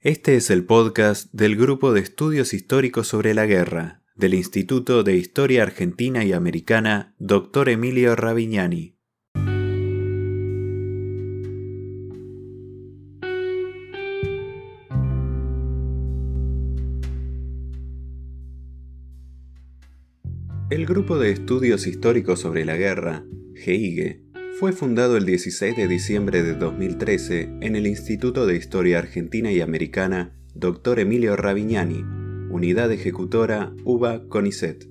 Este es el podcast del Grupo de Estudios Históricos sobre la Guerra, del Instituto de Historia Argentina y Americana, Dr. Emilio Ravignani. El Grupo de Estudios Históricos sobre la Guerra, GIGE, fue fundado el 16 de diciembre de 2013 en el Instituto de Historia Argentina y Americana, Dr. Emilio Ravignani, Unidad Ejecutora UBA CONICET.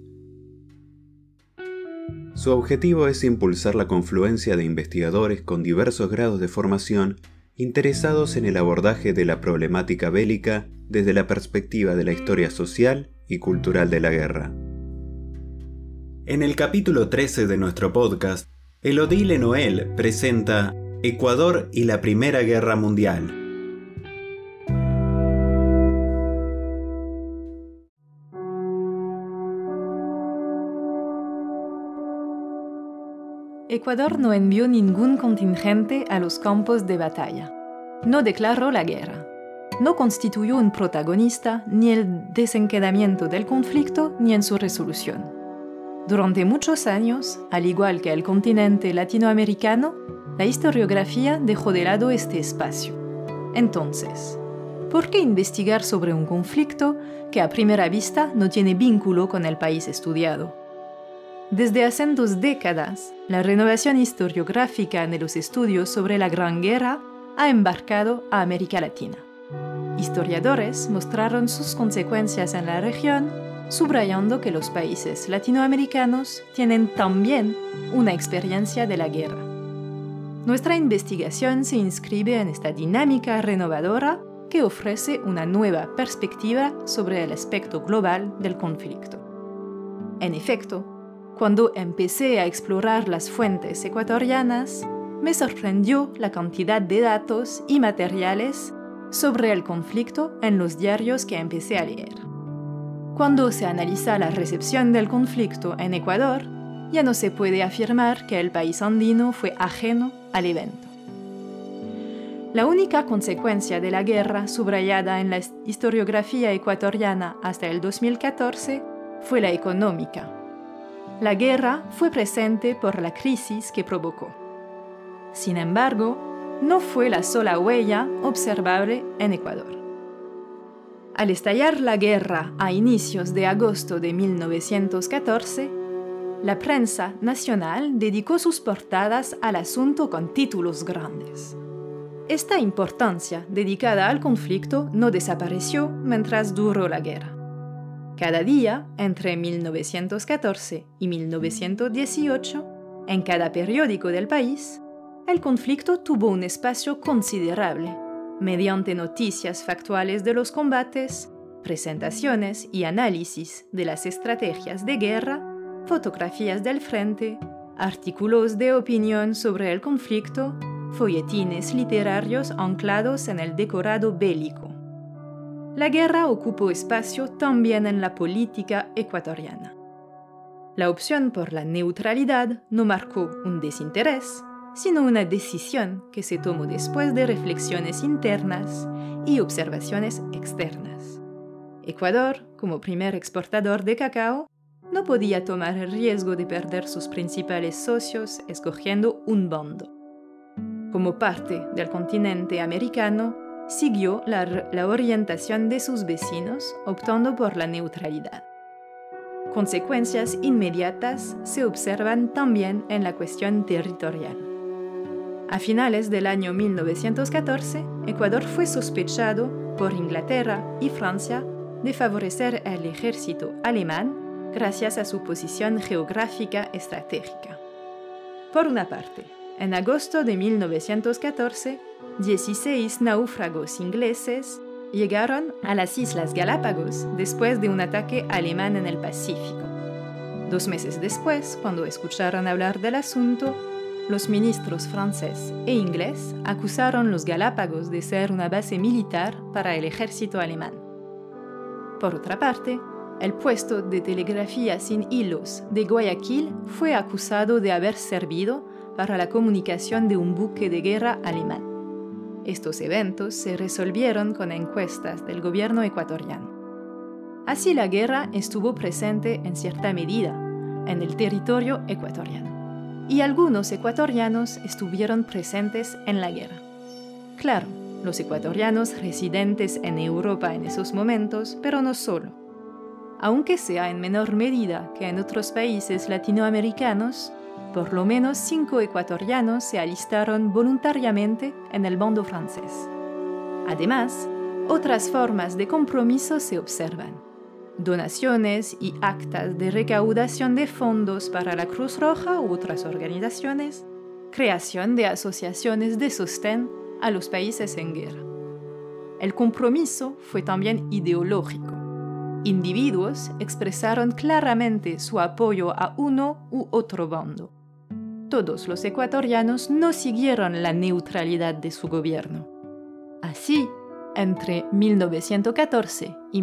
Su objetivo es impulsar la confluencia de investigadores con diversos grados de formación interesados en el abordaje de la problemática bélica desde la perspectiva de la historia social y cultural de la guerra. En el capítulo 13 de nuestro podcast, Elodie Lenoel presenta Ecuador y la Primera Guerra Mundial. Ecuador no envió ningún contingente a los campos de batalla. No declaró la guerra. No constituyó un protagonista ni en el desencadenamiento del conflicto ni en su resolución. Durante muchos años, al igual que el continente latinoamericano, la historiografía dejó de lado este espacio. Entonces, ¿por qué investigar sobre un conflicto que a primera vista no tiene vínculo con el país estudiado? Desde hace 2 décadas, la renovación historiográfica de los estudios sobre la Gran Guerra ha embarcado a América Latina. Historiadores mostraron sus consecuencias en la región, subrayando que los países latinoamericanos tienen también una experiencia de la guerra. Nuestra investigación se inscribe en esta dinámica renovadora que ofrece una nueva perspectiva sobre el aspecto global del conflicto. En efecto, cuando empecé a explorar las fuentes ecuatorianas, me sorprendió la cantidad de datos y materiales sobre el conflicto en los diarios que empecé a leer. Cuando se analiza la recepción del conflicto en Ecuador, ya no se puede afirmar que el país andino fue ajeno al evento. La única consecuencia de la guerra subrayada en la historiografía ecuatoriana hasta el 2014 fue la económica. La guerra fue presente por la crisis que provocó. Sin embargo, no fue la sola huella observable en Ecuador. Al estallar la guerra a inicios de agosto de 1914, la prensa nacional dedicó sus portadas al asunto con títulos grandes. Esta importancia dedicada al conflicto no desapareció mientras duró la guerra. Cada día, entre 1914 y 1918, en cada periódico del país, el conflicto tuvo un espacio considerable, mediante noticias factuales de los combates, presentaciones y análisis de las estrategias de guerra, fotografías del frente, artículos de opinión sobre el conflicto, folletines literarios anclados en el decorado bélico. La guerra ocupó espacio también en la política ecuatoriana. La opción por la neutralidad no marcó un desinterés, sino una decisión que se tomó después de reflexiones internas y observaciones externas. Ecuador, como primer exportador de cacao, no podía tomar el riesgo de perder sus principales socios escogiendo un bando. Como parte del continente americano, siguió la orientación de sus vecinos, optando por la neutralidad. Consecuencias inmediatas se observan también en la cuestión territorial. A finales del año 1914, Ecuador fue sospechado por Inglaterra y Francia de favorecer al ejército alemán gracias a su posición geográfica estratégica. Por una parte, en agosto de 1914, 16 náufragos ingleses llegaron a las Islas Galápagos después de un ataque alemán en el Pacífico. 2 meses después, cuando escucharon hablar del asunto, los ministros francés e inglés acusaron los Galápagos de ser una base militar para el ejército alemán. Por otra parte, el puesto de telegrafía sin hilos de Guayaquil fue acusado de haber servido para la comunicación de un buque de guerra alemán. Estos eventos se resolvieron con encuestas del gobierno ecuatoriano. Así la guerra estuvo presente en cierta medida en el territorio ecuatoriano, y algunos ecuatorianos estuvieron presentes en la guerra. Claro, los ecuatorianos residentes en Europa en esos momentos, pero no solo. Aunque sea en menor medida que en otros países latinoamericanos, por lo menos 5 ecuatorianos se alistaron voluntariamente en el bando francés. Además, otras formas de compromiso se observan: donaciones y actas de recaudación de fondos para la Cruz Roja u otras organizaciones, creación de asociaciones de sostén a los países en guerra. El compromiso fue también ideológico. Individuos expresaron claramente su apoyo a uno u otro bando. Todos los ecuatorianos no siguieron la neutralidad de su gobierno. Así, entre 1914 y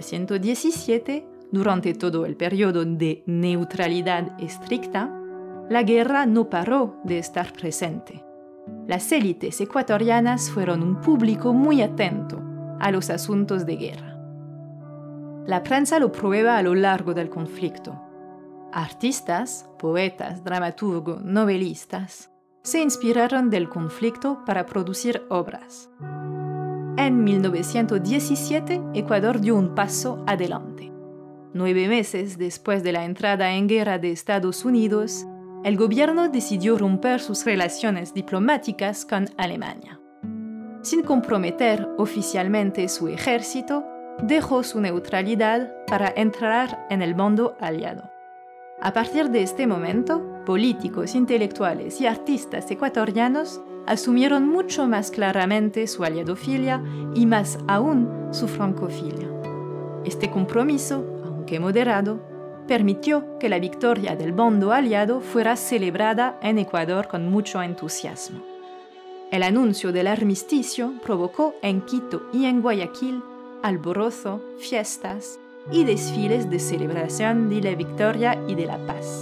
1917, durante todo el periodo de neutralidad estricta, la guerra no paró de estar presente. Las élites ecuatorianas fueron un público muy atento a los asuntos de guerra. La prensa lo prueba a lo largo del conflicto. Artistas, poetas, dramaturgos, novelistas se inspiraron del conflicto para producir obras. En 1917, Ecuador dio un paso adelante. 9 meses después de la entrada en guerra de Estados Unidos, el gobierno decidió romper sus relaciones diplomáticas con Alemania. Sin comprometer oficialmente su ejército, dejó su neutralidad para entrar en el bando aliado. A partir de este momento, políticos, intelectuales y artistas ecuatorianos asumieron mucho más claramente su aliadofilia y más aún su francofilia. Este compromiso, aunque moderado, permitió que la victoria del bando aliado fuera celebrada en Ecuador con mucho entusiasmo. El anuncio del armisticio provocó en Quito y en Guayaquil alborozo, fiestas y desfiles de celebración de la victoria y de la paz.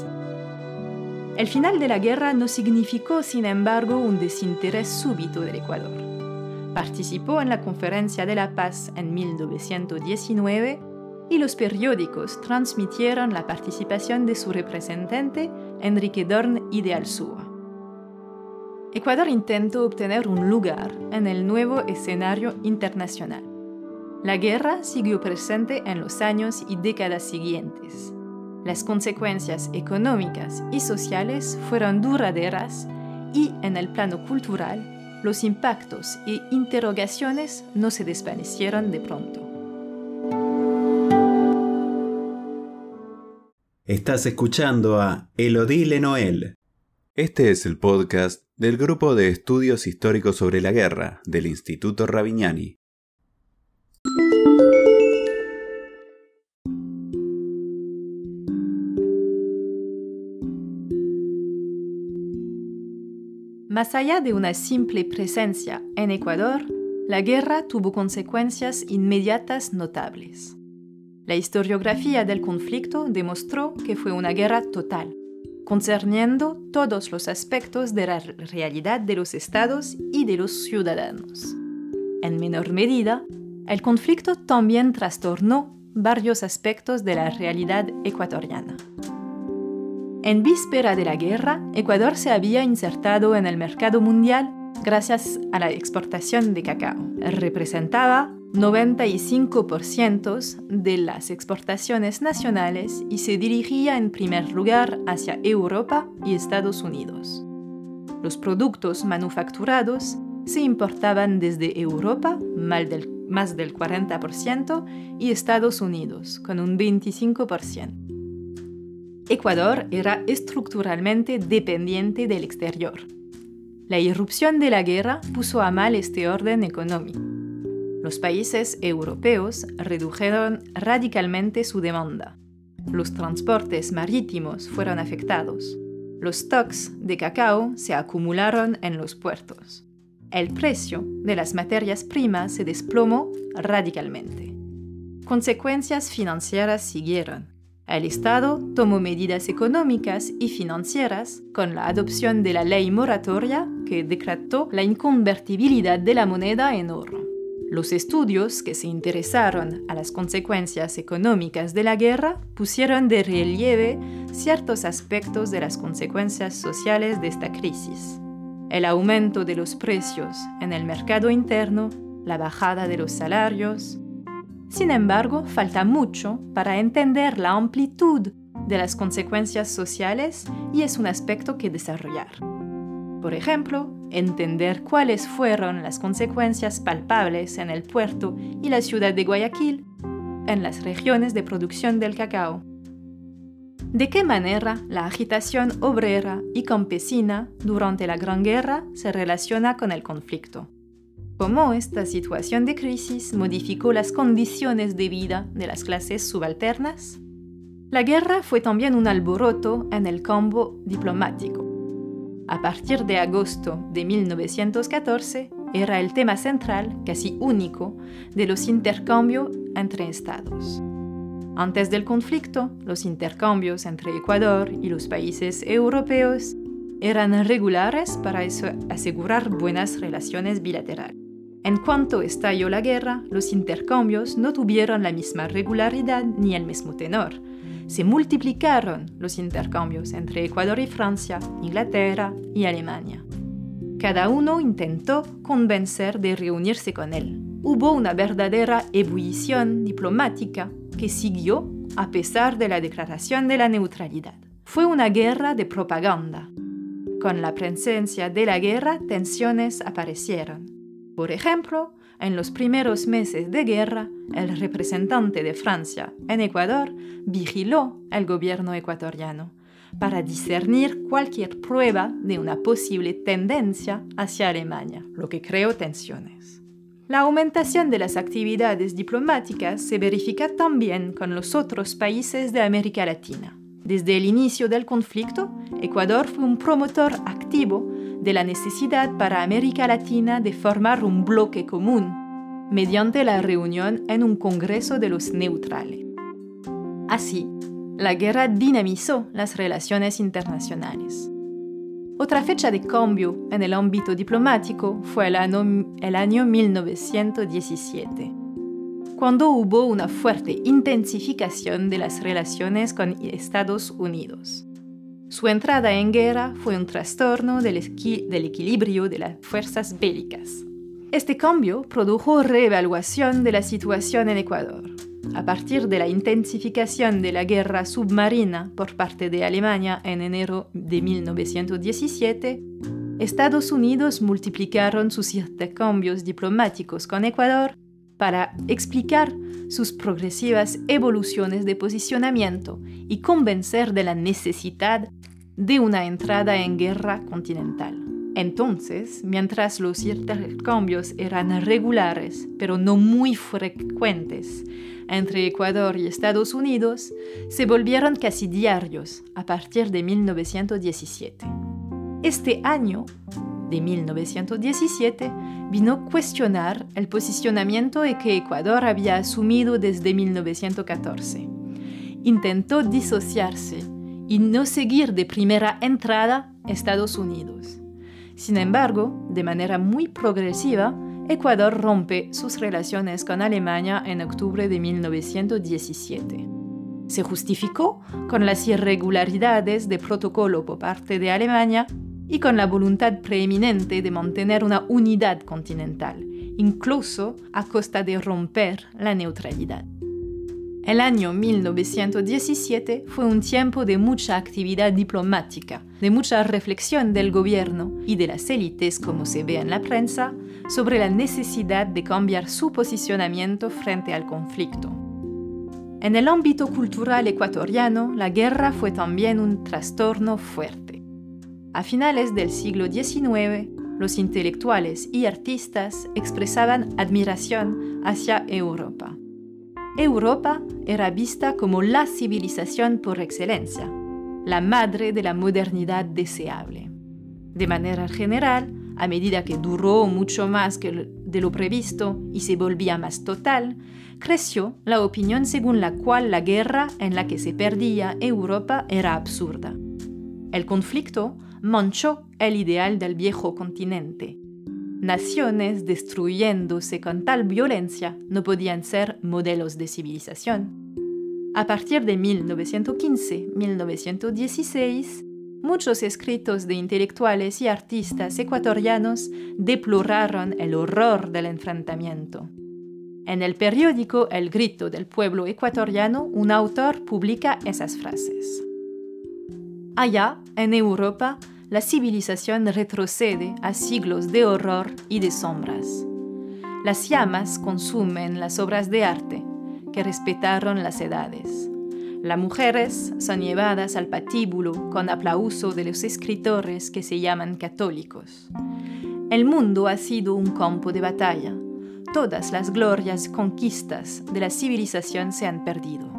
El final de la guerra no significó, sin embargo, un desinterés súbito del Ecuador. Participó en la Conferencia de la Paz en 1919 y los periódicos transmitieron la participación de su representante, Enrique Dorn y de Alzúa. Ecuador intentó obtener un lugar en el nuevo escenario internacional. La guerra siguió presente en los años y décadas siguientes. Las consecuencias económicas y sociales fueron duraderas y, en el plano cultural, los impactos e interrogaciones no se desvanecieron de pronto. Estás escuchando a Elodie Lenoel. Este es el podcast del Grupo de Estudios Históricos sobre la Guerra del Instituto Ravignani. Más allá de una simple presencia en Ecuador, la guerra tuvo consecuencias inmediatas notables. La historiografía del conflicto demostró que fue una guerra total, concerniendo todos los aspectos de la realidad de los estados y de los ciudadanos. En menor medida, el conflicto también trastornó varios aspectos de la realidad ecuatoriana. En víspera de la guerra, Ecuador se había insertado en el mercado mundial gracias a la exportación de cacao. Representaba 95% de las exportaciones nacionales y se dirigía en primer lugar hacia Europa y Estados Unidos. Los productos manufacturados se importaban desde Europa, más del 40%, y Estados Unidos, con un 25%. Ecuador era estructuralmente dependiente del exterior. La irrupción de la guerra puso a mal este orden económico. Los países europeos redujeron radicalmente su demanda. Los transportes marítimos fueron afectados. Los stocks de cacao se acumularon en los puertos. El precio de las materias primas se desplomó radicalmente. Consecuencias financieras siguieron. El Estado tomó medidas económicas y financieras con la adopción de la ley moratoria que decretó la inconvertibilidad de la moneda en oro. Los estudios que se interesaron a las consecuencias económicas de la guerra pusieron de relieve ciertos aspectos de las consecuencias sociales de esta crisis. El aumento de los precios en el mercado interno, la bajada de los salarios. Sin embargo, falta mucho para entender la amplitud de las consecuencias sociales y es un aspecto que desarrollar. Por ejemplo, entender cuáles fueron las consecuencias palpables en el puerto y la ciudad de Guayaquil, en las regiones de producción del cacao. ¿De qué manera la agitación obrera y campesina durante la Gran Guerra se relaciona con el conflicto? ¿Cómo esta situación de crisis modificó las condiciones de vida de las clases subalternas? La guerra fue también un alboroto en el campo diplomático. A partir de agosto de 1914, era el tema central, casi único, de los intercambios entre estados. Antes del conflicto, los intercambios entre Ecuador y los países europeos eran regulares para asegurar buenas relaciones bilaterales. En cuanto estalló la guerra, los intercambios no tuvieron la misma regularidad ni el mismo tenor. Se multiplicaron los intercambios entre Ecuador y Francia, Inglaterra y Alemania. Cada uno intentó convencer de reunirse con él. Hubo una verdadera ebullición diplomática que siguió a pesar de la declaración de la neutralidad. Fue una guerra de propaganda. Con la presencia de la guerra, tensiones aparecieron. Por ejemplo, en los primeros meses de guerra, el representante de Francia en Ecuador vigiló al gobierno ecuatoriano para discernir cualquier prueba de una posible tendencia hacia Alemania, lo que creó tensiones. La aumentación de las actividades diplomáticas se verifica también con los otros países de América Latina. Desde el inicio del conflicto, Ecuador fue un promotor activo de la necesidad para América Latina de formar un bloque común mediante la reunión en un Congreso de los Neutrales. Así, la guerra dinamizó las relaciones internacionales. Otra fecha de cambio en el ámbito diplomático fue el año 1917, cuando hubo una fuerte intensificación de las relaciones con Estados Unidos. Su entrada en guerra fue un trastorno del equilibrio de las fuerzas bélicas. Este cambio produjo reevaluación de la situación en Ecuador. A partir de la intensificación de la guerra submarina por parte de Alemania en enero de 1917, Estados Unidos multiplicaron sus intercambios diplomáticos con Ecuador para explicar sus progresivas evoluciones de posicionamiento y convencer de la necesidad de una entrada en guerra continental. Entonces, mientras los intercambios eran regulares, pero no muy frecuentes, entre Ecuador y Estados Unidos, se volvieron casi diarios a partir de 1917. Este año, de 1917, vino a cuestionar el posicionamiento que Ecuador había asumido desde 1914. Intentó disociarse y no seguir de primera entrada Estados Unidos. Sin embargo, de manera muy progresiva, Ecuador rompe sus relaciones con Alemania en octubre de 1917. Se justificó con las irregularidades de protocolo por parte de Alemania y con la voluntad preeminente de mantener una unidad continental, incluso a costa de romper la neutralidad. El año 1917 fue un tiempo de mucha actividad diplomática, de mucha reflexión del gobierno y de las élites, como se ve en la prensa, sobre la necesidad de cambiar su posicionamiento frente al conflicto. En el ámbito cultural ecuatoriano, la guerra fue también un trastorno fuerte. A finales del siglo XIX, los intelectuales y artistas expresaban admiración hacia Europa. Europa era vista como la civilización por excelencia, la madre de la modernidad deseable. De manera general, a medida que duró mucho más de lo previsto y se volvía más total, creció la opinión según la cual la guerra en la que se perdía Europa era absurda. El conflicto manchó el ideal del viejo continente. Naciones destruyéndose con tal violencia no podían ser modelos de civilización. A partir de 1915-1916, muchos escritos de intelectuales y artistas ecuatorianos deploraron el horror del enfrentamiento. En el periódico El Grito del Pueblo Ecuatoriano, un autor publica esas frases. Allá, en Europa, la civilización retrocede a siglos de horror y de sombras. Las llamas consumen las obras de arte que respetaron las edades. Las mujeres son llevadas al patíbulo con aplauso de los escritores que se llaman católicos. El mundo ha sido un campo de batalla. Todas las glorias y conquistas de la civilización se han perdido.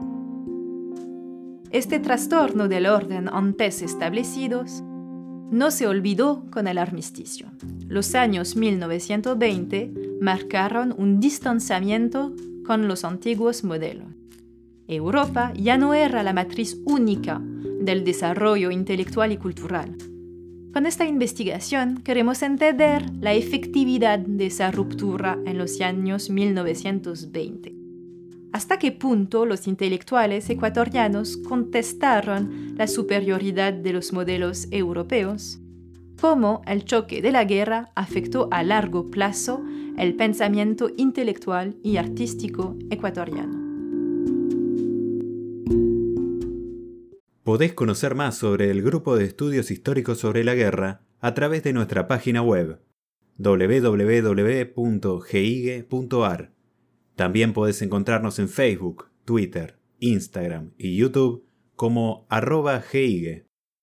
Este trastorno del orden antes establecidos no se olvidó con el armisticio. Los años 1920 marcaron un distanciamiento con los antiguos modelos. Europa ya no era la matriz única del desarrollo intelectual y cultural. Con esta investigación queremos entender la efectividad de esa ruptura en los años 1920. ¿Hasta qué punto los intelectuales ecuatorianos contestaron la superioridad de los modelos europeos? ¿Cómo el choque de la guerra afectó a largo plazo el pensamiento intelectual y artístico ecuatoriano? Podés conocer más sobre el Grupo de Estudios Históricos sobre la Guerra a través de nuestra página web www.gigue.ar. También podés encontrarnos en Facebook, Twitter, Instagram y YouTube como @gigue.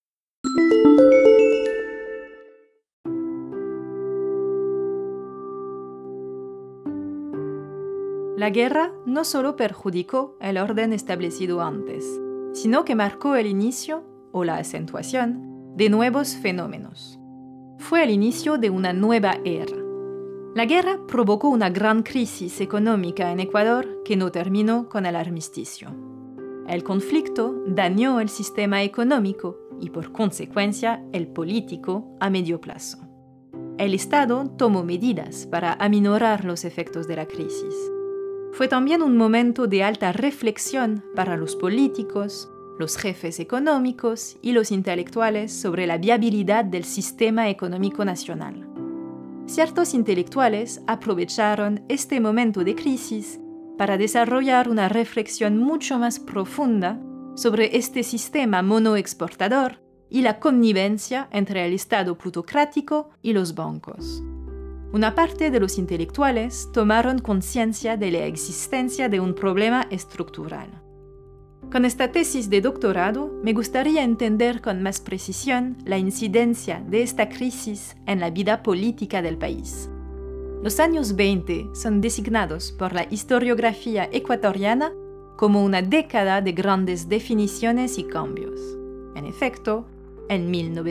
La guerra no solo perjudicó el orden establecido antes, sino que marcó el inicio, o la acentuación, de nuevos fenómenos. Fue el inicio de una nueva era. La guerra provocó una gran crisis económica en Ecuador que no terminó con el armisticio. El conflicto dañó el sistema económico y, por consecuencia, el político a medio plazo. El Estado tomó medidas para aminorar los efectos de la crisis. Fue también un momento de alta reflexión para los políticos, los jefes económicos y los intelectuales sobre la viabilidad del sistema económico nacional. Ciertos intelectuales aprovecharon este momento de crisis para desarrollar una reflexión mucho más profunda sobre este sistema monoexportador y la connivencia entre el Estado plutocrático y los bancos. Una parte de los intelectuales tomaron conciencia de la existencia de un problema estructural. Con esta tesis de doctorado, me gustaría entender con más precisión la incidencia de esta crisis en la vida política del país. Los años 20 son designados por la historiografía ecuatoriana como una década de grandes definiciones y cambios. En efecto, en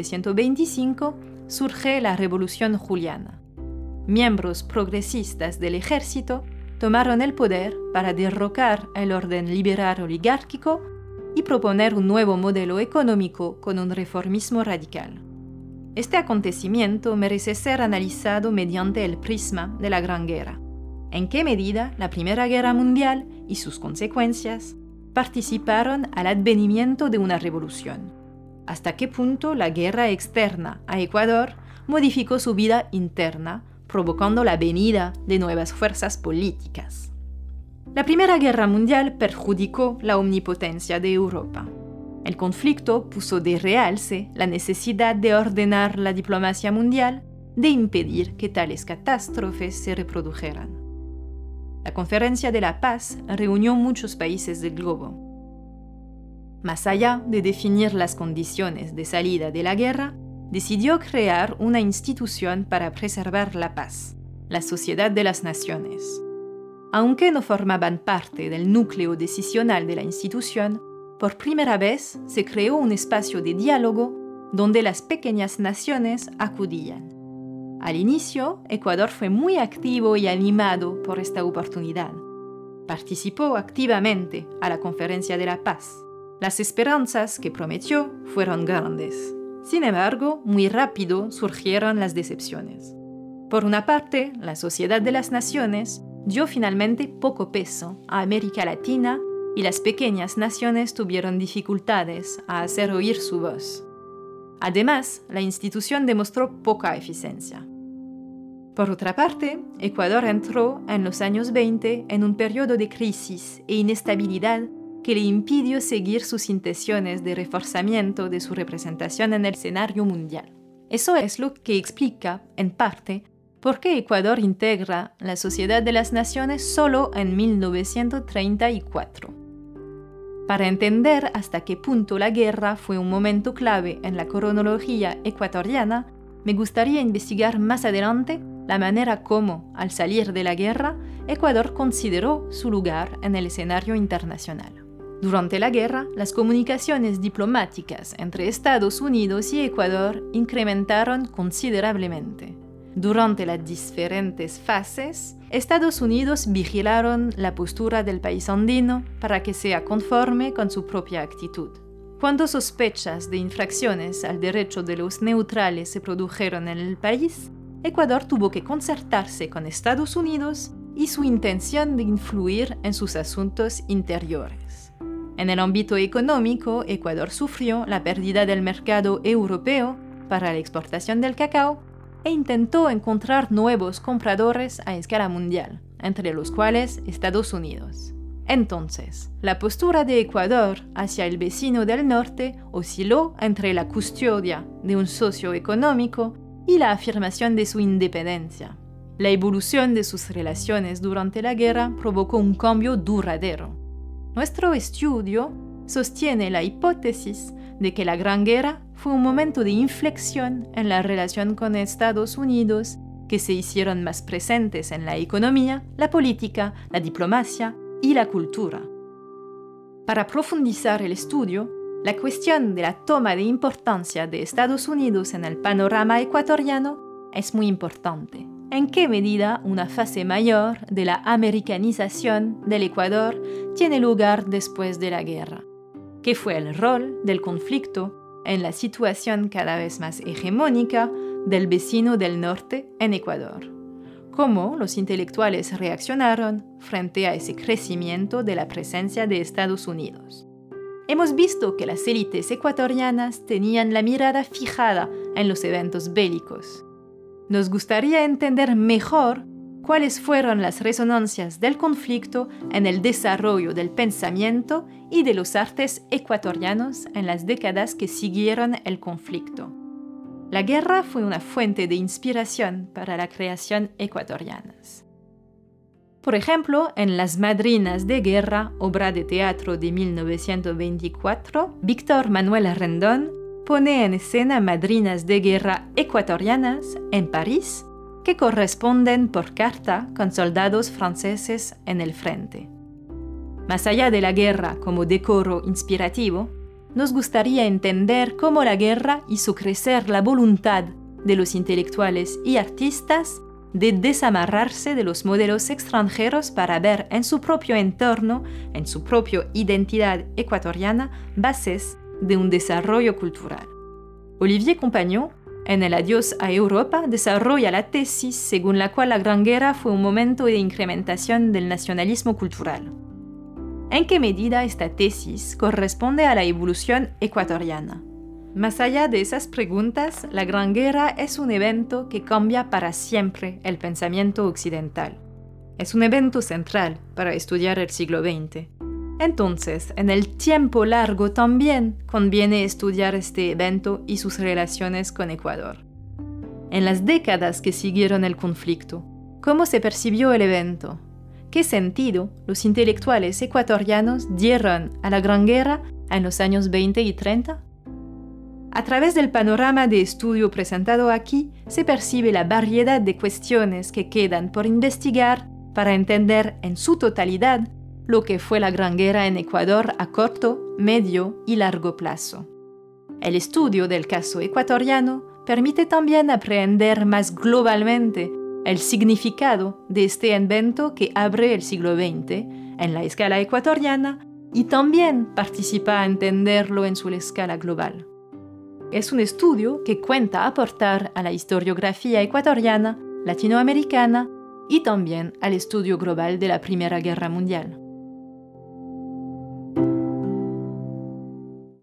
1925 surge la Revolución Juliana. Miembros progresistas del ejército tomaron el poder para derrocar el orden liberal oligárquico y proponer un nuevo modelo económico con un reformismo radical. Este acontecimiento merece ser analizado mediante el prisma de la Gran Guerra. ¿En qué medida la Primera Guerra Mundial y sus consecuencias participaron al advenimiento de una revolución? ¿Hasta qué punto la guerra externa a Ecuador modificó su vida interna, provocando la venida de nuevas fuerzas políticas? La Primera Guerra Mundial perjudicó la omnipotencia de Europa. El conflicto puso de realce la necesidad de ordenar la diplomacia mundial, de impedir que tales catástrofes se reprodujeran. La Conferencia de la Paz reunió muchos países del globo. Más allá de definir las condiciones de salida de la guerra, decidió crear una institución para preservar la paz, la Sociedad de las Naciones. Aunque no formaban parte del núcleo decisional de la institución, por primera vez se creó un espacio de diálogo donde las pequeñas naciones acudían. Al inicio, Ecuador fue muy activo y animado por esta oportunidad. Participó activamente a la Conferencia de la Paz. Las esperanzas que prometió fueron grandes. Sin embargo, muy rápido surgieron las decepciones. Por una parte, la Sociedad de las Naciones dio finalmente poco peso a América Latina y las pequeñas naciones tuvieron dificultades a hacer oír su voz. Además, la institución demostró poca eficiencia. Por otra parte, Ecuador entró en los años 20 en un periodo de crisis e inestabilidad que le impidió seguir sus intenciones de reforzamiento de su representación en el escenario mundial. Eso es lo que explica, en parte, por qué Ecuador integra la Sociedad de las Naciones solo en 1934. Para entender hasta qué punto la guerra fue un momento clave en la cronología ecuatoriana, me gustaría investigar más adelante la manera como, al salir de la guerra, Ecuador consideró su lugar en el escenario internacional. Durante la guerra, las comunicaciones diplomáticas entre Estados Unidos y Ecuador incrementaron considerablemente. Durante las diferentes fases, Estados Unidos vigilaron la postura del país andino para que sea conforme con su propia actitud. Cuando sospechas de infracciones al derecho de los neutrales se produjeron en el país, Ecuador tuvo que concertarse con Estados Unidos y su intención de influir en sus asuntos interiores. En el ámbito económico, Ecuador sufrió la pérdida del mercado europeo para la exportación del cacao e intentó encontrar nuevos compradores a escala mundial, entre los cuales Estados Unidos. Entonces, la postura de Ecuador hacia el vecino del norte osciló entre la custodia de un socio económico y la afirmación de su independencia. La evolución de sus relaciones durante la guerra provocó un cambio duradero. Nuestro estudio sostiene la hipótesis de que la Gran Guerra fue un momento de inflexión en la relación con Estados Unidos, que se hicieron más presentes en la economía, la política, la diplomacia y la cultura. Para profundizar el estudio, la cuestión de la toma de importancia de Estados Unidos en el panorama ecuatoriano es muy importante. ¿En qué medida una fase mayor de la americanización del Ecuador tiene lugar después de la guerra? ¿Qué fue el rol del conflicto en la situación cada vez más hegemónica del vecino del norte en Ecuador? ¿Cómo los intelectuales reaccionaron frente a ese crecimiento de la presencia de Estados Unidos? Hemos visto que las élites ecuatorianas tenían la mirada fijada en los eventos bélicos. Nos gustaría entender mejor cuáles fueron las resonancias del conflicto en el desarrollo del pensamiento y de los artes ecuatorianos en las décadas que siguieron el conflicto. La guerra fue una fuente de inspiración para la creación ecuatorianas. Por ejemplo, en Las Madrinas de Guerra, obra de teatro de 1924, Víctor Manuel Rendón pone en escena madrinas de guerra ecuatorianas en París que corresponden por carta con soldados franceses en el frente. Más allá de la guerra como decoro inspirativo, nos gustaría entender cómo la guerra hizo crecer la voluntad de los intelectuales y artistas de desamarrarse de los modelos extranjeros para ver en su propio entorno, en su propia identidad ecuatoriana, bases de un desarrollo cultural. Olivier Compagnon, en El Adiós a Europa, desarrolla la tesis según la cual la Gran Guerra fue un momento de incrementación del nacionalismo cultural. ¿En qué medida esta tesis corresponde a la evolución ecuatoriana? Más allá de esas preguntas, la Gran Guerra es un evento que cambia para siempre el pensamiento occidental. Es un evento central para estudiar el siglo XX. Entonces, en el tiempo largo también conviene estudiar este evento y sus relaciones con Ecuador. En las décadas que siguieron el conflicto, ¿cómo se percibió el evento? ¿Qué sentido los intelectuales ecuatorianos dieron a la Gran Guerra en los años 20 y 30? A través del panorama de estudio presentado aquí, se percibe la variedad de cuestiones que quedan por investigar para entender en su totalidad lo que fue la Gran Guerra en Ecuador a corto, medio y largo plazo. El estudio del caso ecuatoriano permite también aprender más globalmente el significado de este evento que abre el siglo XX en la escala ecuatoriana y también participa a entenderlo en su escala global. es un estudio que cuenta aportar a la historiografía ecuatoriana, latinoamericana y también al estudio global de la Primera Guerra Mundial.